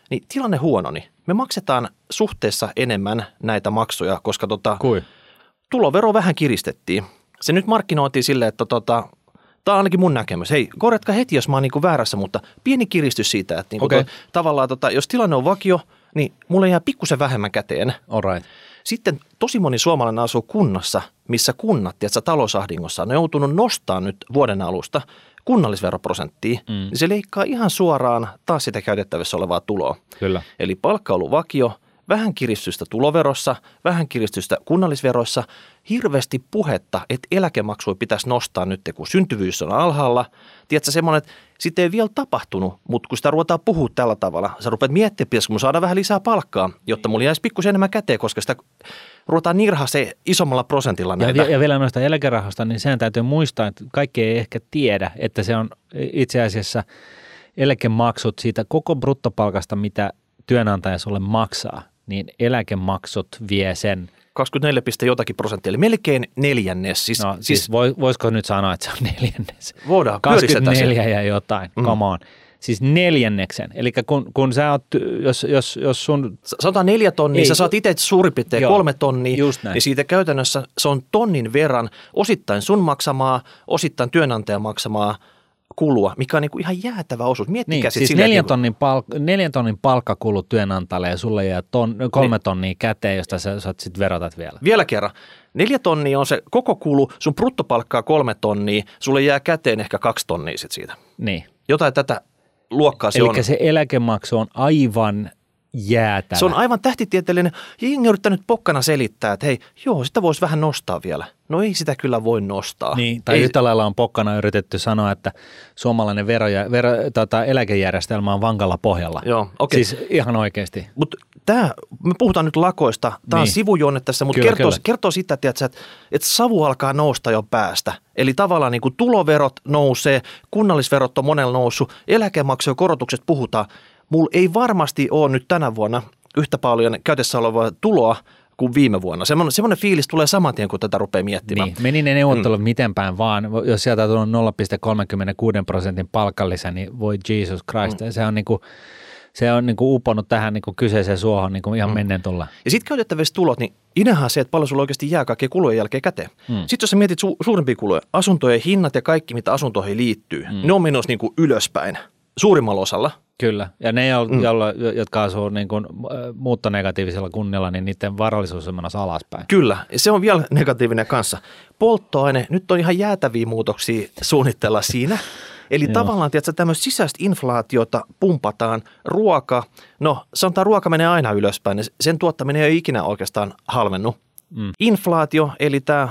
niin tilanne huononi. Me maksetaan suhteessa enemmän näitä maksuja, koska tota, tulovero vähän kiristettiin. Se nyt markkinoitiin silleen, että tota, tämä on ainakin mun näkemys. Hei, korjatkaa heti, jos mä oon niinku väärässä, mutta pieni kiristys siitä, että niinku okay. to, tavallaan tota, jos tilanne on vakio, niin mulle jää pikkusen vähemmän käteen. Alright. Sitten tosi moni suomalainen asuu kunnassa, missä kunnat, tiedätkö, talousahdingossa on joutunut nostamaan nyt vuoden alusta kunnallisveroprosenttia, mm. niin se leikkaa ihan suoraan taas sitä käytettävissä olevaa tuloa. Kyllä. Eli palkka on ollut vakio, vähän kiristystä tuloverossa, vähän kiristystä kunnallisveroissa, hirveästi puhetta, että eläkemaksuja pitäisi nostaa nyt, kun syntyvyys on alhaalla. Tiedätkö semmoinen, että sitä ei vielä tapahtunut, mutta kun sitä ruvetaan puhua tällä tavalla, sä rupeat miettimään, pitäisikö mun saada vähän lisää palkkaa, jotta mulla jäisi pikkusen enemmän käteen, koska sitä ruvetaan nirhaa se isommalla prosentilla näitä. Ja, ja vielä noista eläkerahasta, niin sehän täytyy muistaa, että kaikki ei ehkä tiedä, että se on itse asiassa eläkemaksut siitä koko bruttopalkasta, mitä työnantaja sulle maksaa, niin eläkemaksut vie sen kaksikymmentäneljä pilkku jotakin prosenttia, eli melkein neljännes. Siis, no, siis, siis voisiko nyt sanoa, että se on neljännes? Voidaan, kaksikymmentäneljä ja jotain, mm. come on. Siis neljänneksen, eli kun, kun sä oot, jos, jos, jos sun... Sanotaan neljä tonnia, ei, sä saat itse suurin piirtein joo, kolme tonnia, niin siitä käytännössä se on tonnin verran osittain sun maksamaa, osittain työnantajan maksamaa kulua, mikä on niin kuin ihan jäätävä osuus. Miettikää niin, sit siis silleen, neljän, tonnin palk- neljän tonnin palkkakulu työnantajalle ja sulle jää ton, kolme niin. tonnia käteen, josta sä, sä sit verotat vielä. Vielä kerran. Neljä tonnia on se koko kulu, sun bruttopalkkaa kolme tonnia, sulle jää käteen ehkä kaksi tonnia sit siitä. Niin. Jotain tätä luokkaa se Elikkä on. Eli se eläkemaksu on aivan jäätävä. Se on aivan tähtitieteellinen. Ja jengi on yrittänyt pokkana selittää, että hei, joo, sitä voisi vähän nostaa vielä. No ei sitä kyllä voi nostaa. Niin, tai ei. Yhtä lailla on pokkana yritetty sanoa, että suomalainen vero ja, vero, tota, eläkejärjestelmä on vankalla pohjalla. Joo, okei. Siis ihan oikeasti. Mutta tämä, me puhutaan nyt lakoista, tämä on niin. sivujuonne tässä, mutta kertoo, kertoo sitä, tiedätkö, että, että savu alkaa nousta jo päästä. Eli tavallaan niin kuin tuloverot nousee, kunnallisverot on monella noussut, eläkemaksujen korotukset puhutaan. Mulla ei varmasti ole nyt tänä vuonna yhtä paljon käytössä olevaa tuloa kuin viime vuonna. Semmoinen, semmoinen fiilis tulee saman tien, kun tätä rupeaa miettimään. Niin, meni ne neuvottelut mm. miten päin vaan. Jos sieltä on tullut nolla pilkku kolmekymmentäkuusi prosentin palkallisen, niin voi Jesus Christ. Mm. Se on niin kuin, se on niin kuin uponnut tähän niin kuin kyseiseen suohon niin kuin ihan mm. menneen tulla. Ja sitten käytettävissä tulot, niin ideahan se, että paljon sulla oikeasti jää kaikkien kulujen jälkeen käteen. Mm. Sitten jos sä mietit su- suurimpia kuluja, asuntojen hinnat ja kaikki, mitä asuntoihin liittyy, mm. ne on menossa niin kuin ylöspäin suurimmalla osalla. Kyllä, ja ne, jolla, mm. jotka asuu niin kuin muuttonegatiivisella kunnilla, niin niiden varallisuus on menossa alaspäin. Kyllä, ja se on vielä negatiivinen kanssa. Polttoaine, nyt on ihan jäätäviä muutoksia suunnitella siinä. Eli tavallaan, tiedätkö, tämmöistä sisäistä inflaatiota pumpataan, ruoka, no sanotaan ruoka menee aina ylöspäin, sen tuottaminen ei ole ikinä oikeastaan halvennut. Mm. Inflaatio, eli tämä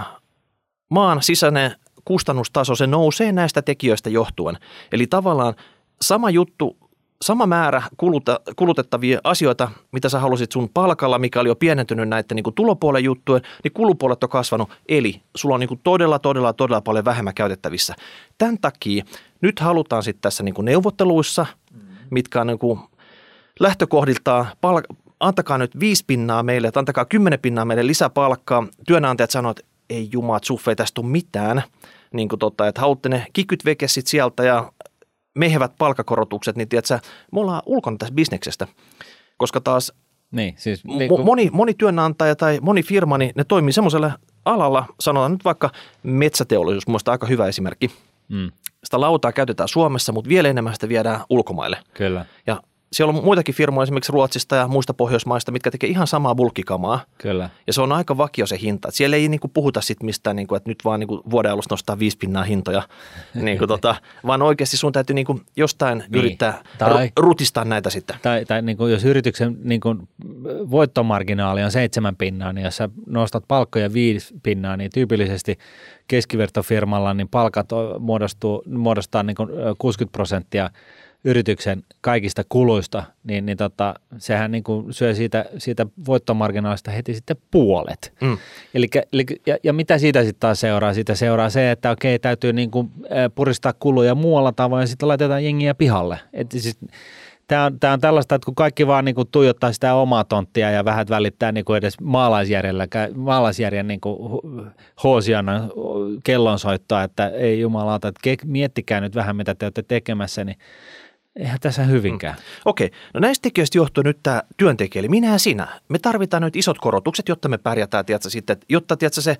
maan sisäinen kustannustaso, se nousee näistä tekijöistä johtuen. Eli tavallaan sama juttu, sama määrä kuluta, kulutettavia asioita, mitä sä halusit sun palkalla, mikä oli jo pienentynyt näiden niin kuin tulopuolen juttujen, niin kulupuolet on kasvanut. Eli sulla on niin kuin todella, todella, todella paljon vähemmän käytettävissä. Tämän takia nyt halutaan sitten tässä niin kuin neuvotteluissa, mitkä on niin kuin lähtökohdiltaan, palk- antakaa nyt viisi pinnaa meille, että antakaa kymmenen pinnaa meille lisäpalkkaa. Työnantajat sanoo, että ei jumaat, suff, ei tästä tule mitään. Niin kuin tota, että haluatte ne kikyt veke sit sieltä ja mehevät palkakorotukset, niin tiedätkö, me ollaan ulkona tästä bisneksestä, koska taas niin, siis, mo- moni, moni työnantaja tai moni firma, niin ne toimii semmoisella alalla, sanotaan nyt vaikka metsäteollisuus, mun mielestä aika hyvä esimerkki. Mm. Sitä lautaa käytetään Suomessa, mutta vielä enemmän sitä viedään ulkomaille. Kyllä. Ja siellä on muitakin firmoja esimerkiksi Ruotsista ja muista Pohjoismaista, mitkä tekee ihan samaa bulkkikamaa. Kyllä. Ja se on aika vakio se hinta. Et siellä ei niinku puhuta sit mistään, niinku, että nyt vaan niinku vuoden alusta nostaa viisi pinnaa hintoja, niinku tota, vaan oikeasti sun täytyy niinku jostain niin. yrittää tai, rutistaa näitä sitten. Tai, tai niinku, jos yrityksen niinku, voittomarginaali on seitsemän pinnaa, niin jos sä nostat palkkoja viisi pinnaa, niin tyypillisesti keskivertofirmalla niin palkat muodostuu, muodostaa niinku kuusikymmentä prosenttia yrityksen kaikista kuluista, niin, niin tota, sehän niin kuin syö siitä, siitä voittomarginaalista heti sitten puolet. Mm. Elikkä, eli, ja, ja mitä siitä sitten taas seuraa? Siitä seuraa se, että okei, täytyy niin kuin puristaa kuluja muualla tavoin ja sitten laitetaan jengiä pihalle. Siis, Tämä on, tämä on tällaista, että kun kaikki vaan niin kuin tuijottaa sitä omaa tonttia ja vähän välittää niin kuin edes maalaisjärjellä, maalaisjärjen niin kuin hoosiana kellonsoittoa, että ei jumalauta, että miettikää nyt vähän mitä te olette tekemässä, niin Eihän tässä hyvinkään. Mm. Okei, no näistä tekijöistä johtuu nyt tämä työntekijä, eli minä ja sinä. Me tarvitaan nyt isot korotukset, jotta me pärjätään, tiedätkö, sitten, jotta tiedätkö, se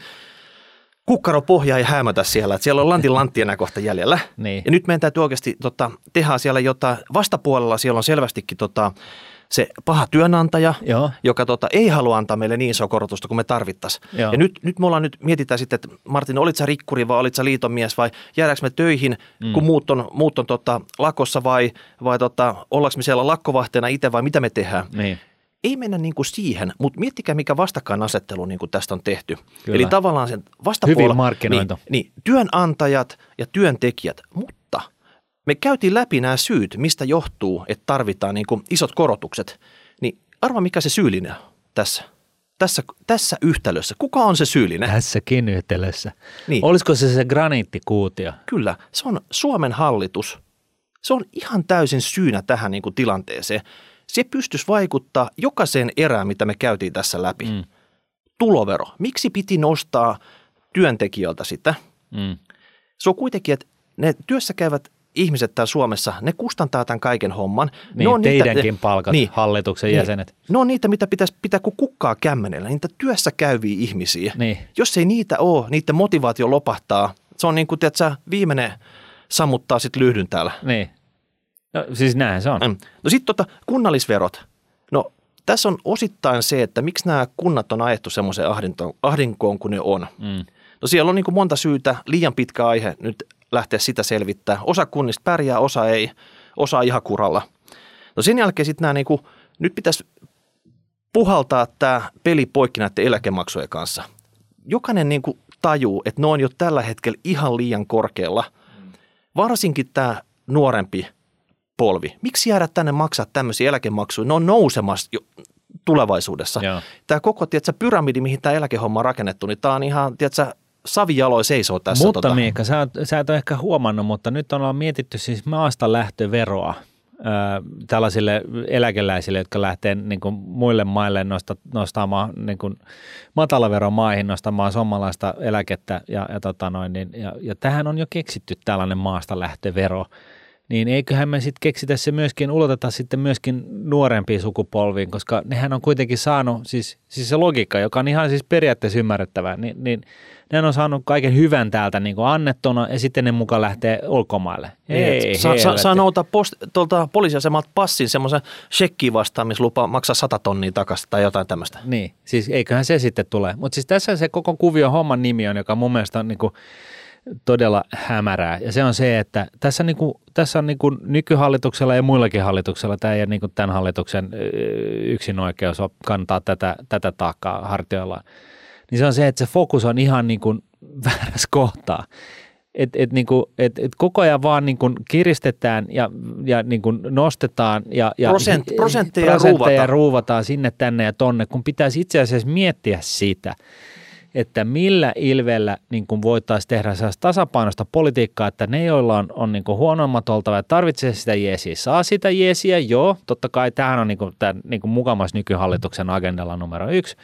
kukkaro pohjaa ja häämötä siellä, että siellä on lantin lantti enää kohta jäljellä. Niin. Ja nyt meidän täytyy oikeasti tota, tehdä siellä jotain, vastapuolella siellä on selvästikin tota, se paha työnantaja, Joo. joka tota, ei halua antaa meille niin isoa korotusta kuin me tarvittaisiin. Joo. Ja nyt, nyt me ollaan nyt, mietitään sitten, että Martin, olit sä rikkuri vai olit sä liitonmies vai jäädäänkö me töihin, mm. kun muut on, muut on tota, lakossa vai, vai tota, ollaanko me siellä lakkovahteena itse vai mitä me tehdään. Niin. Ei mennä niin kuin siihen, mutta miettikää mikä vastakkainasettelu niin kuin tästä on tehty. Kyllä. Eli tavallaan sen vastapuolella. Hyvin markkinoitu. Niin, niin, työnantajat ja työntekijät, mutta me käytiin läpi nämä syyt, mistä johtuu, että tarvitaan niin kuin isot korotukset. Niin arva mikä se syyllinen on tässä, tässä, tässä yhtälössä. Kuka on se syyllinen? Tässäkin yhtälössä. Niin. Olisiko se se graniittikuutio? Kyllä, se on Suomen hallitus. Se on ihan täysin syynä tähän niin kuin tilanteeseen. Se pystyisi vaikuttaa jokaiseen erään, mitä me käytiin tässä läpi. Mm. Tulovero. Miksi piti nostaa työntekijöiltä sitä? Mm. Se on kuitenkin, että ne työssä käyvät ihmiset täällä Suomessa, ne kustantaa tämän kaiken homman. Niin, ne on teidänkin niitä, palkat, niin, hallituksen niin, jäsenet. Ne on niitä, mitä pitäisi pitää kuin kukkaa kämmenellä, niitä työssä käyviä ihmisiä. Niin. Jos ei niitä ole, niiden motivaatio lopahtaa. Se on niin kuin, tiedätkö, viimeinen sammuttaa sitten lyhdyn täällä. Niin. No siis näin se on. No sitten tota, kunnallisverot. No tässä on osittain se, että miksi nämä kunnat on ajettu semmoiseen ahdinkoon kuin ne on. Mm. No siellä on niin kuin monta syytä, liian pitkä aihe nyt lähteä sitä selvittää. Osa kunnista pärjää, osa ei, osa ihan kuralla. No sen jälkeen sitten nämä niin kuin, nyt pitäisi puhaltaa tämä peli poikki näiden eläkemaksujen kanssa. Jokainen niin kuin tajuu, että ne on jo tällä hetkellä ihan liian korkealla. Varsinkin tämä nuorempi polvi. Miksi jäädä tänne maksaa tämmöisiä eläkemaksuja? Ne on nousemassa jo tulevaisuudessa. Joo. Tämä koko tiedätkö, pyramidi, mihin tämä eläkehomma on rakennettu, niin tämä on ihan tiedätkö, savijaloin seisoo tässä. Mutta tota. Miikka, sä, sä et ole ehkä huomannut, mutta nyt ollaan mietitty siis maasta lähtöveroa ö, tällaisille eläkeläisille, jotka lähtee niin kuin muille maille nosta, nostamaan niin kuin matalaveromaihin nostamaan suomalaista eläkettä ja, ja, tota noin, niin, ja, ja tähän on jo keksitty tällainen maasta lähtövero. Niin eiköhän me sitten keksitä se myöskin, uloteta sitten myöskin nuorempiin sukupolviin, koska nehän on kuitenkin saanut, siis, siis se logiikka, joka on ihan siis periaatteessa ymmärrettävää, niin, niin ne on saanut kaiken hyvän täältä niin kuin annettuna ja sitten ne mukaan lähtee ulkomaille. Ei, saa, saa, saa nouta post, tuolta poliisiasemalta passin semmoisen shekkiin vastaan, missä lupa maksaa sata tonnia takaisin tai jotain tämmöistä. Niin, siis eiköhän se sitten tule. Mutta siis tässä se koko kuvio homman nimi on, joka mun mielestä on niin kuin todella hämärää. Ja se on se, että tässä, niin kuin, tässä on niin kuin nykyhallituksella ja muillakin hallituksella, tämä ei ole niin kuin tämän hallituksen yksin oikeus kantaa tätä, tätä taakkaa hartioillaan. Niin se on se, että se fokus on ihan niin kuin väärässä kohtaa. Että et niin kuin, et, et koko ajan vaan niin kuin kiristetään ja, ja niin kuin nostetaan ja, ja Prosent, prosentteja, prosentteja ruuvataan. ruuvataan sinne, tänne ja tonne, kun pitäisi itse asiassa miettiä sitä, että millä ilveellä niin kuin voitaisiin tehdä sellaista tasapainoista politiikkaa, että ne, joilla on, on niin kuin huonommat oltava ja tarvitsee sitä jeesiä, saa sitä jeesiä, joo, totta kai tämähän on niin kuin, tämän, niin kuin mukamas nykyhallituksen agendalla numero yksi,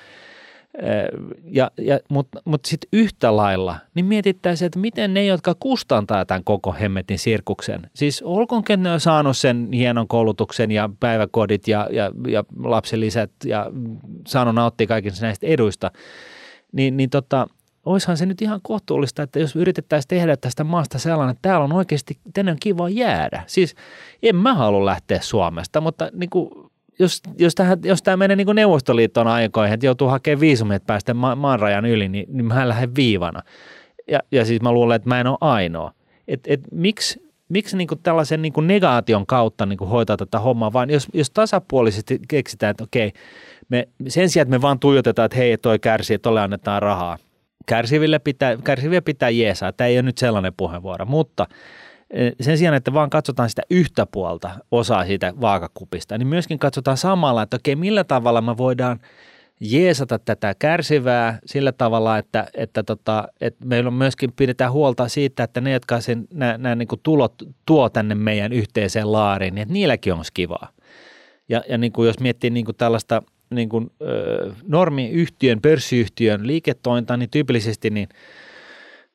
ja, ja, mutta mut sitten yhtä lailla, niin mietittäisiin, että miten ne, jotka kustantaa tämän koko hemmetin sirkuksen, siis olkoonkin ne on saanut sen hienon koulutuksen ja päiväkodit ja, ja, ja lapsilisät ja saanut nauttia kaikista näistä eduista, niin, niin tota, oishan se nyt ihan kohtuullista, että jos yritettäisiin tehdä tästä maasta sellainen, että täällä on oikeasti, tänne on kiva jäädä. Siis en mä halua lähteä Suomesta, mutta niin kuin, jos, jos, tähän, jos tämä menee niin kuin Neuvostoliiton aikoihin, että joutuu hakemaan viisumia, että päästä ma- maanrajan yli, niin, niin mä lähden viivana. Ja, ja siis mä luulen, että mä en ole ainoa. Et, et miksi miksi niin kuin tällaisen niin kuin negaation kautta niin kuin hoitaa tätä hommaa, vaan jos, jos tasapuolisesti keksitään, että okei, me, sen sijaan, että me vaan tuijotetaan, että hei, toi kärsii, että tolle annetaan rahaa. Kärsiville pitää, kärsiviä pitää jeesaa. Tämä ei ole nyt sellainen puheenvuoro, mutta sen sijaan, että vaan katsotaan sitä yhtä puolta osaa siitä vaakakupista, niin myöskin katsotaan samalla, että okei, millä tavalla me voidaan jeesata tätä kärsivää sillä tavalla, että, että, tota, että meillä on myöskin pidetään huolta siitä, että ne, jotka sen, nämä, nämä niin kuin tulot tuo tänne meidän yhteiseen laariin, niin että niilläkin on kivaa. Ja, ja niin kuin jos miettii niin kuin tällaista niin kuin, ö, normiyhtiön, pörssiyhtiön liiketointa, niin tyypillisesti niin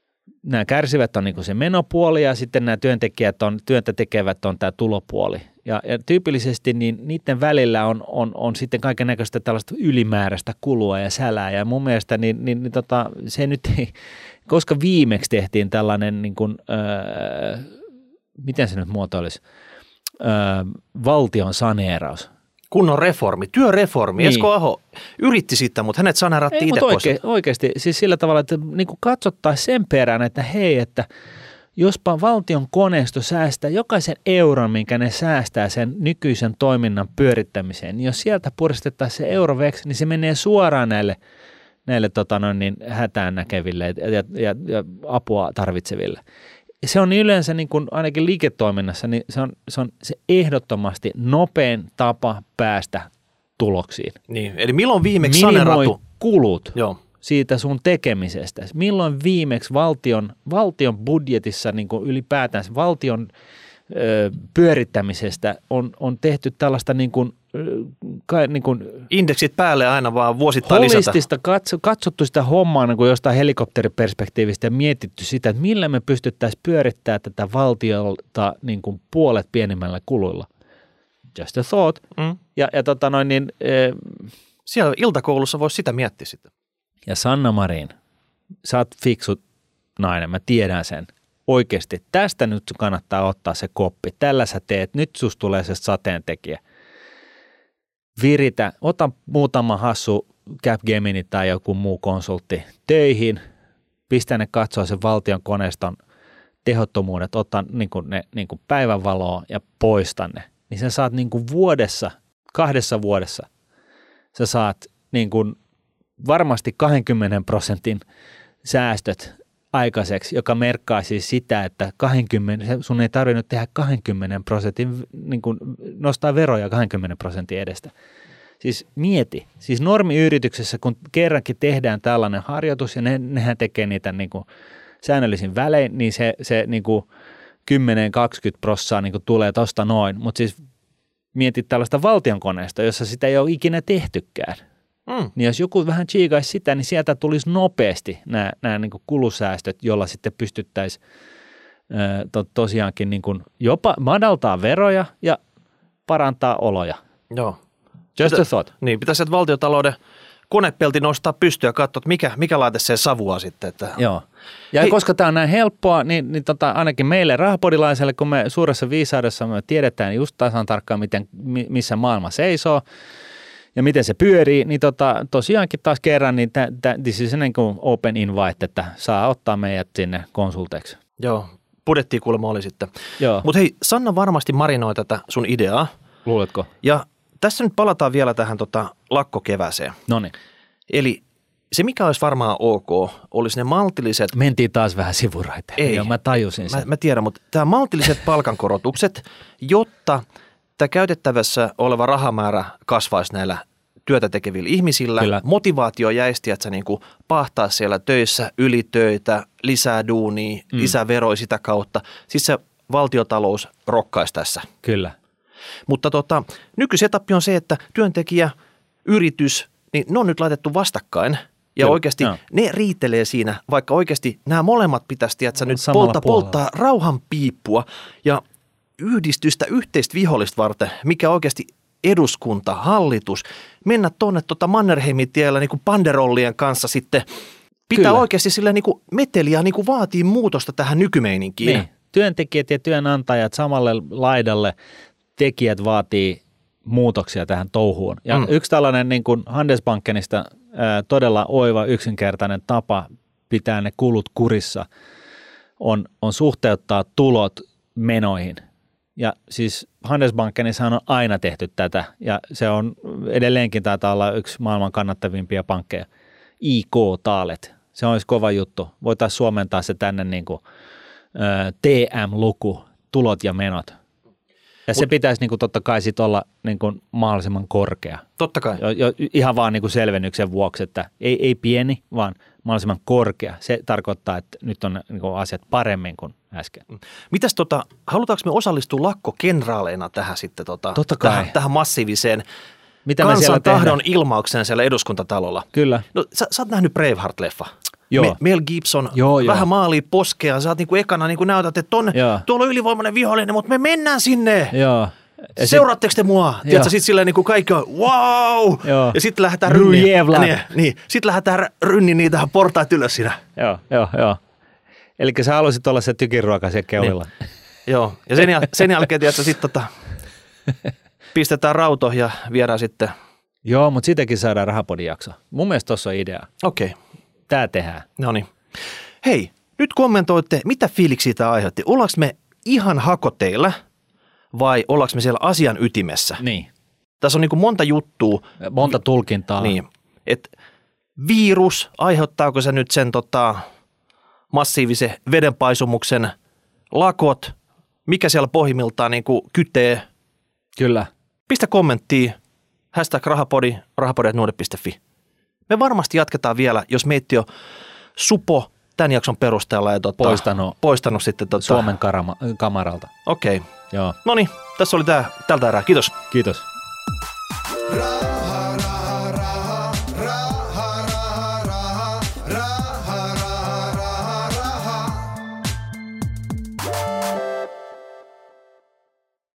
nämä kärsivät on niin kuin se menopuoli ja sitten nämä työntekijät on, työntä tekevät on tämä tulopuoli. Ja, ja tyypillisesti niin niiden välillä on, on, on sitten kaiken näköistä tällaista ylimääräistä kulua ja sälää. Ja mun mielestä niin, niin, niin tota, se nyt ei, koska viimeksi tehtiin tällainen, niin kuin, öö, miten se nyt muotoilisi, öö, valtion saneeraus. Kunnon reformi, työreformi. Niin. Esko Aho yritti sitä, mutta hänet saneerattiin itse pois. Oike, oikeasti, siis sillä tavalla, että niin kuin katsottaisiin sen perään, että hei, että jospa valtion koneisto säästää jokaisen euron, minkä ne säästää sen nykyisen toiminnan pyörittämiseen, niin jos sieltä puristettaisiin se euroveksi, niin se menee suoraan näille, näille tota noin, niin hätään näkeville ja, ja, ja, ja apua tarvitseville. Se on yleensä niin kuin ainakin liiketoiminnassa, niin se on, se on se ehdottomasti nopein tapa päästä tuloksiin. Niin, eli milloin viimeksi Minimoi saneerattu kulut Joo. siitä sun tekemisestä. Milloin viimeksi valtion, valtion budjetissa niin kuin ylipäätään valtion ö, pyörittämisestä on, on tehty tällaista niin kuin, ka, niin kuin indeksit päälle aina vaan vuosittain holistista lisätä. Katso, katsottu sitä hommaa niin kuin jostain helikopteriperspektiivistä ja mietitty sitä, että millä me pystyttäisiin pyörittämään tätä valtiolta niin kuin puolet pienimmällä kuluilla. Just a thought. Mm. Ja, ja tota noin niin, e, siellä iltakoulussa voisi sitä miettiä sitten. Ja Sanna Marin, sä oot fiksu nainen, mä tiedän sen. Oikeasti tästä nyt kannattaa ottaa se koppi. Tällä sä teet, nyt susta tulee se sateentekijä. Viritä, ota muutama hassu Capgemini tai joku muu konsultti töihin, pistä ne katsoa sen valtion koneiston tehottomuudet, ota niin kuin ne niin kuin päivänvaloa ja poista ne. Niin sä saat niin kuin vuodessa, kahdessa vuodessa, sä saat niin kuin varmasti kaksikymmentä prosentin säästöt aikaiseksi, joka merkkaa siis sitä, että kaksikymmentä, sun ei tarvinnut tehdä kaksikymmentä prosentin, niin kuin nostaa veroja kaksikymmentä prosentin edestä. Siis mieti, siis normiyrityksessä, kun kerrankin tehdään tällainen harjoitus ja ne, nehän tekee niitä niin kuin säännöllisin välein, niin se, se niin kuin kymmenen kaksikymmentä prosenttia niin kuin tulee tosta noin, mutta siis mieti tällaista valtionkoneesta, jossa sitä ei ole ikinä tehtykään. Mm. Niin jos joku vähän chiikaisi sitä, niin sieltä tulisi nopeasti nämä, nämä niin kuin kulusäästöt, jolla sitten pystyttäisiin to, tosiaankin niin kuin jopa madaltaa veroja ja parantaa oloja. Joo. Just Pitä, a thought. Niin, pitäisi sieltä valtiotalouden konepelti nostaa pystyä ja katsoa, että mikä, mikä laite se savua sitten. Että Joo. Ja Hei. koska tämä on näin helppoa, niin, niin tota, ainakin meille rahapodilaiselle, kun me suuressa viisaudessa me tiedetään just tasan tarkkaan, miten, missä maailma seisoo, ja miten se pyörii, niin tota, tosiaankin taas kerran, niin this is niin kuin open invite, että saa ottaa meidät sinne konsulteiksi. Joo, budjettia kuulemma oli sitten. Mutta hei, Sanna varmasti marinoi tätä sun ideaa. Luuletko? Ja tässä nyt palataan vielä tähän tota lakkokevääseen. Noniin. Eli se, mikä olisi varmaan ok, olisi ne maltilliset... Mentiin taas vähän sivuraiteen. Ei, Joo, mä tajusin sen. Mä, mä tiedän, mutta tämä maltilliset palkankorotukset, jotta tämä käytettävässä oleva rahamäärä kasvaisi näillä työtä tekevillä ihmisillä. Kyllä. Motivaatio jäisti, että sä niin kuin pahtaa siellä töissä ylitöitä, lisää duunia, mm. lisää veroja sitä kautta. Siis se valtiotalous rokkaisi tässä. Kyllä. Mutta tota, nykyisetappi on se, että työntekijä, yritys, niin ne on nyt laitettu vastakkain. Ja Kyllä. oikeasti no. ne riitelee siinä, vaikka oikeasti nämä molemmat pitäisi, tiedätkö, nyt polta, polttaa rauhan piippua ja yhdistystä yhteistä vihollista varten, mikä oikeasti eduskunta, hallitus, mennä tuonne tuota Mannerheimin tiellä niin kuin panderollien kanssa sitten, pitää Kyllä. oikeasti sillä niin kuin meteliä niin kuin vaatii muutosta tähän nykymeininkiin. Niin. Työntekijät ja työnantajat samalle laidalle, tekijät vaatii muutoksia tähän touhuun. Ja mm. yksi tällainen niin kuin Handelsbankenista ää, todella oiva yksinkertainen tapa pitää ne kulut kurissa on, on suhteuttaa tulot menoihin. Ja siis Handelsbankenissa on aina tehty tätä ja se on edelleenkin taitaa olla yksi maailman kannattavimpia pankkeja. I K-taalet, se olisi kova juttu. Voitaisiin suomentaa se tänne niin kuin ää, T M-luku, tulot ja menot. Ja se Mut, pitäisi niin kuin, totta kai sit olla niin kuin, mahdollisimman korkea. Totta kai. Jo, jo, ihan vaan niin kuin selvennyksen vuoksi, että ei, ei pieni, vaan mahdollisimman korkea. Se tarkoittaa, että nyt on niin kuin, asiat paremmin kuin äsken. Mitäs tota, halutaanko me osallistua lakkokenraaleina tähän sitten tota, totta kai. Tähän, tähän massiiviseen Mitä kansan tahdon ilmaukseen siellä eduskuntatalolla? Kyllä. No sä, sä oot nähnyt Braveheart-leffa. Me, Mel Gibson, joo, vähän joo. maalii poskea, sä oot niinku ekana niinku näytät, että tonne, tuolla on ylivoimainen vihollinen, mutta me mennään sinne. Joo. Seuraatteko te mua? Tiedätkö, sitten silleen niin kuin kaikki on, wow! Joo. Ja sitten lähdetään rynniin. Niin, niin. Sitten lähdetään rynniin niitä portaat ylös siinä. Joo, joo, joo. Eli sä haluaisit olla se tykinruoka siellä keulilla. Niin. Joo, ja sen, jäl- sen jälkeen, tiedätkö, sitten tota, pistetään rauto ja viedään sitten. Joo, mutta siitäkin saadaan Rahapodin jakso. Mun mielestä tuossa on idea. Okei. Okay. Tää tehdään. No niin. Hei, nyt kommentoitte, mitä fiiliksiä tämä aiheutti. Ollaanko me ihan hakoteillä vai ollaanko me siellä asian ytimessä? Niin. Tässä on niin kuin monta juttua. Monta tulkintaa. Niin, että virus, aiheuttaako se nyt sen tota, massiivisen vedenpaisumuksen, lakot, mikä siellä pohjimmiltaan niin kuin kytee. Kyllä. Pistä kommenttia, hashtag rahapodi, rahapodi at nuode piste fi. Me varmasti jatketaan vielä, jos meitä jo supo tämän jakson perusteella ja tota, poistanut, poistanut sitten tota, Suomen karama, kamaralta. Okei. Okay. Joo. Noniin, tässä oli tää tältä erää. Kiitos. Kiitos.